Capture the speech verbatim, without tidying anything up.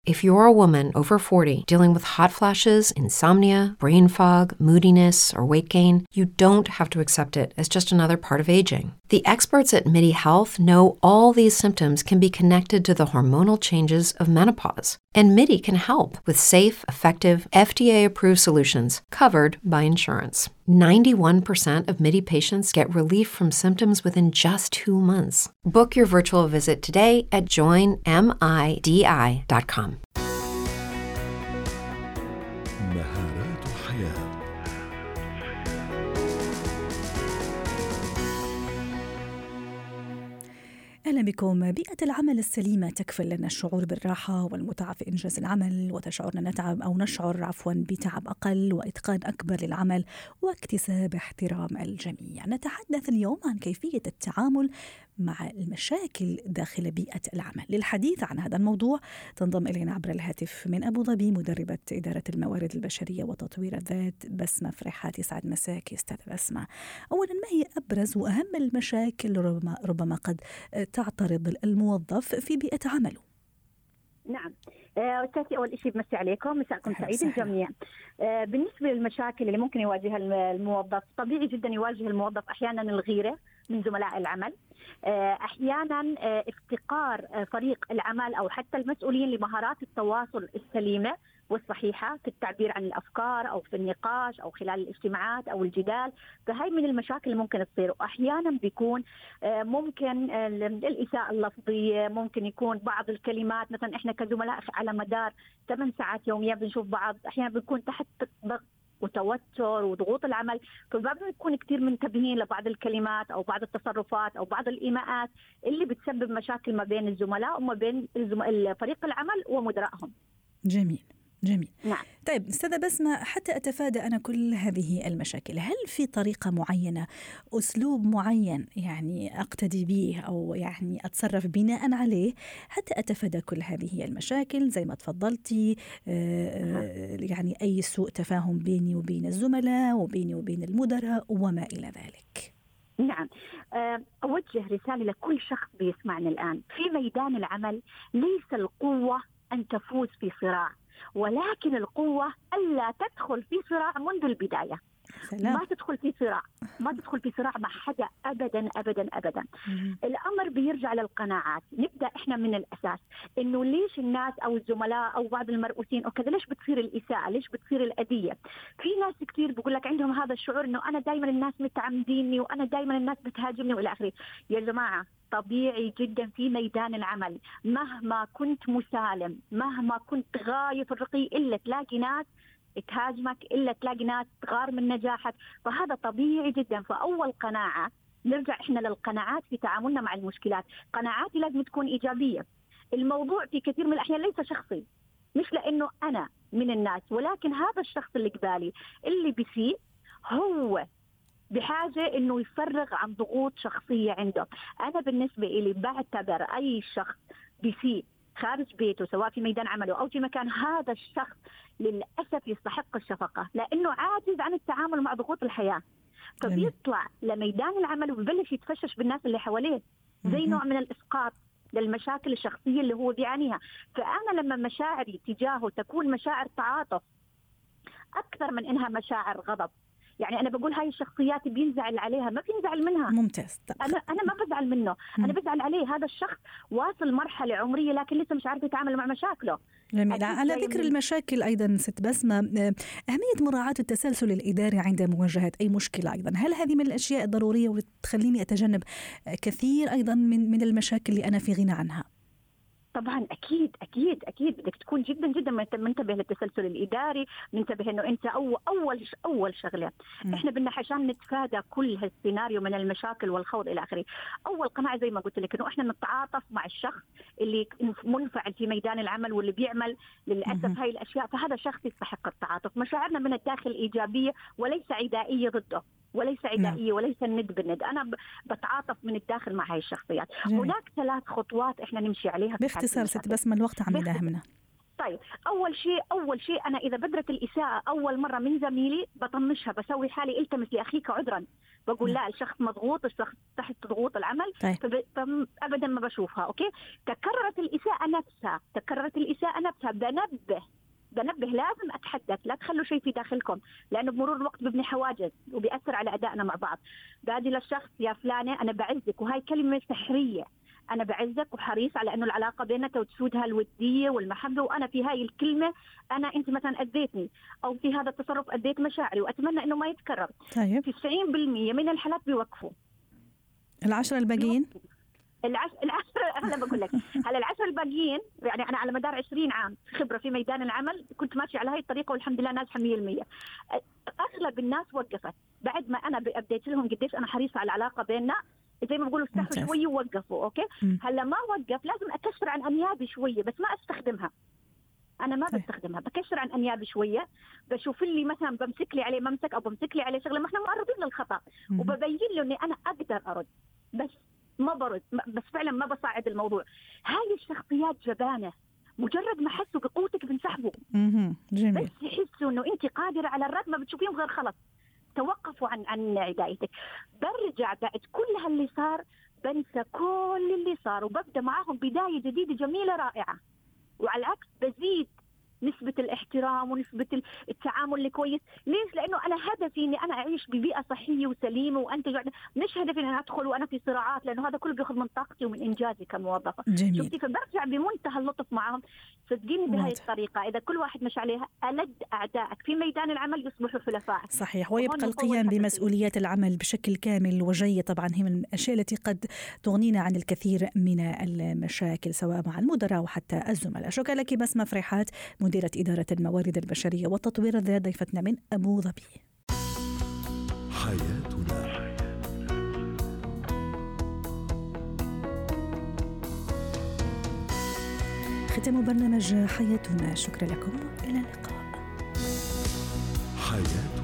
If you're a woman over forty dealing with hot flashes, insomnia, brain fog, moodiness, or weight gain, you don't have to accept it as just another part of aging. The experts at MIDI Health know all these symptoms can be connected to the hormonal changes of menopause. And MIDI can help with safe, effective, F D A-approved solutions covered by insurance. ninety-one percent of MIDI patients get relief from symptoms within just two months. Book your virtual visit today at join midi dot com. مهارات حياة. أهلا بكم. بيئة العمل السليمة تكفل لنا الشعور بالراحة والمتعة في إنجاز العمل وتشعرنا نتعب أو نشعر عفوا بتعب أقل وإتقان أكبر للعمل واكتساب احترام الجميع. نتحدث اليوم عن كيفية التعامل مع المشاكل داخل بيئة العمل. للحديث عن هذا الموضوع تنضم إلينا عبر الهاتف من أبو ظبي مدربة إدارة الموارد البشرية وتطوير الذات بسمة فرحات. يسعد مساك أستاذة بسمة. أولا، ما هي أبرز وأهم المشاكل ربما, ربما قد تعترض الموظف في بيئة عمله؟ نعم أستاذي، أول شيء بمسي عليكم، مساءكم سعيد الجميع. بالنسبة للمشاكل اللي ممكن يواجهها الموظف، طبيعي جدا يواجه الموظف أحيانا الغيرة من زملاء العمل، أحيانا افتقار فريق العمل أو حتى المسؤولين لمهارات التواصل السليمة والصحيحة في التعبير عن الأفكار أو في النقاش أو خلال الاجتماعات أو الجدال. فهي من المشاكل اللي ممكن تصير. وأحيانا بيكون ممكن الإساءة اللفظية، ممكن يكون بعض الكلمات، مثلا إحنا كزملاء على مدار ثمان ساعات يوميا بنشوف بعض، أحيانا بنكون تحت ضغط وتوتر وضغوط العمل، فبعضنا نكون كتير منتبهين لبعض الكلمات أو بعض التصرفات أو بعض الإيماءات اللي بتسبب مشاكل ما بين الزملاء وما بين فريق العمل ومدراءهم. جميل جميل. نعم. طيب أستاذة بسمة، حتى أتفادى أنا كل هذه المشاكل، هل في طريقة معينة، أسلوب معين يعني أقتدي به أو يعني أتصرف بناء عليه حتى أتفادى كل هذه المشاكل زي ما تفضلتي؟ آه يعني أي سوء تفاهم بيني وبين الزملاء وبيني وبين المدراء وما إلى ذلك. نعم. أوجه رسالة لكل شخص بيسمعنا الآن. في ميدان العمل ليس القوة أن تفوز في صراع، ولكن القوة ألا تدخل في صراع منذ البداية. سلام. ما تدخل في صراع ما تدخل في صراع مع حدا أبدا أبدا أبدا. مم. الأمر بيرجع للقناعات. نبدأ إحنا من الأساس إنه ليش الناس أو الزملاء أو بعض المرؤوسين أو كذا ليش بتصير الإساءة، ليش بتصير الأذية. في ناس كتير بقول لك عندهم هذا الشعور إنه أنا دايما الناس متعمديني وأنا دايما الناس بتهاجمني وإلى آخره. يا جماعة، طبيعي جدا في ميدان العمل مهما كنت مسالم، مهما كنت غاية في الرقي، إلا تلاقي ناس تهاجمك، إلا تلاقي ناس تغار من نجاحك. فهذا طبيعي جدا. فأول قناعة، نرجع إحنا للقناعات في تعاملنا مع المشكلات. قناعاتي لازم تكون إيجابية. الموضوع في كثير من الأحيان ليس شخصي، مش لأنه أنا من الناس، ولكن هذا الشخص اللي قبالي اللي بيسيء هو بحاجة إنه يفرغ عن ضغوط شخصية عنده. أنا بالنسبة إلي بعتبر أي شخص بيسيء خارج بيته سواء في ميدان عمله أو في مكان، هذا الشخص للأسف يستحق الشفقة، لأنه عاجز عن التعامل مع ضغوط الحياة. فبيطلع لميدان العمل وبيبلش يتفشش بالناس اللي حواليه زي نوع من الإسقاط للمشاكل الشخصية اللي هو بيعانيها. فأنا لما مشاعري تجاهه تكون مشاعر تعاطف أكثر من إنها مشاعر غضب، يعني أنا بقول هاي الشخصيات بينزعل عليها، ما بينزعل منها. ممتاز. أنا أنا ما بزعل منه، أنا بزعل عليه. هذا الشخص واصل مرحلة عمرية لكن لسه مش عارف يتعامل مع مشاكله. جميل. على ذكر المشاكل أيضا ست بسمة، أهمية مراعاة التسلسل الإداري عند مواجهة أي مشكلة أيضا، هل هذه من الأشياء الضرورية وتخليني أتجنب كثير أيضا من من المشاكل اللي أنا في غنى عنها؟ طبعا أكيد أكيد أكيد بدك تكون جدا جدا منتبه للتسلسل الإداري، منتبه إنه أنت أول أول أول شغلة م. إحنا بدنا عشان نتفادى كل هالسيناريو من المشاكل والخوض إلى آخره. أول قناعة زي ما قلت لك إنه إحنا نتعاطف مع الشخص اللي منفعل في ميدان العمل واللي بيعمل للأسف م. هاي الأشياء، فهذا شخص يستحق التعاطف. مشاعرنا من الداخل إيجابية وليس عدائية ضده، وليس عدائية وليس الند بالند. أنا بتعاطف من الداخل مع هاي الشخصيات. جميل. هناك ثلاث خطوات إحنا نمشي عليها. باختصار ست بسمة، الوقت عم يداهمنا. طيب أول شيء أول شيء أنا إذا بدرت الإساءة أول مرة من زميلي بطنشها، بسوي حالي التمس لأخيك عذرا، بقول لا الشخص مضغوط، الشخص تحت ضغوط العمل، طيب. فأبدا ما بشوفها. أوكي، تكررت الإساءة نفسها تكررت الإساءة نفسها بنبه بنبه لازم أتحدث، لا تخلوا شيء في داخلكم، لأنه بمرور الوقت ببني حواجز وبيأثر على أدائنا مع بعض. بادي للشخص يا فلانة أنا بعزك، وهاي كلمة سحرية، أنا بعزك وحريص على أنه العلاقة بيننا تسودها الودية والمحبة، وأنا في هاي الكلمة أنا أنت مثلا أذيتني أو في هذا التصرف أذيت مشاعري وأتمنى أنه ما يتكرر. طيب. في تسعين بالمئة من الحالات بيوقفوا. العشرة الباقيين العشر العشرة أنا بقول لك هلا العشر الباقيين يعني أنا على مدار عشرين عام خبرة في ميدان العمل كنت ماشي على هاي الطريقة والحمد لله ناجحة مية بالمية. أغلب الناس وقفت بعد ما أنا أبديت لهم قديش أنا حريصة على العلاقة بيننا، زي ما بقولوا استحوا شوي ووقفوا. أوكي م. هلا ما وقف لازم أكشر عن أنيابي شوية، بس ما أستخدمها، أنا ما بستخدمها، بكشر عن أنيابي شوية، بشوف اللي مثلا بمسك لي عليه ممسك أو بمسك لي عليه شغلة ما إحنا معرضين للخطأ م. وببين له إني أنا أقدر أرد، بس ما برد، بس فعلا ما بصعد الموضوع. هاي الشخصيات جبانة، مجرد ما حسوا بقوتك بنسحبوا. جميل. بس يحسوا إنه أنت قادرة على الرد ما بتشوفيهم غير خلص، توقفوا عن عن عدايتك. برجع بعد كل هاللي صار بنسى كل اللي صار وببدأ معاهم بداية جديدة جميلة رائعة، وعلى العكس بزيد نسبة الاحترام ونسبة التعامل اللي كويس. ليش؟ لأنه أنا هدفي إني أنا أعيش ببيئة صحية وسليمة وأنتج، مش هدفي إن أنا أدخل وأنا في صراعات، لأنه هذا كله بيأخذ من طاقتي ومن إنجازي كموظفة. جميل. شفتي؟ فبرجع بمنتهى اللطف معهم. صدقيني بهاي الطريقة إذا كل واحد مشى عليها ألد أعدائك في ميدان العمل يصبحوا حلفاء. صحيح. ويبقى القيام بمسؤوليات العمل بشكل كامل وجيد طبعا هي من الأشياء التي قد تغنينا عن الكثير من المشاكل سواء مع المدراء وحتى الزملاء. شكرا لك بسمة فريحات، مديرة إدارة الموارد البشرية والتطوير الذاتي، ضيفتنا من أبو ظبي. حياتنا. ختام برنامج حياتنا، شكرا لكم، إلى اللقاء. حياتنا.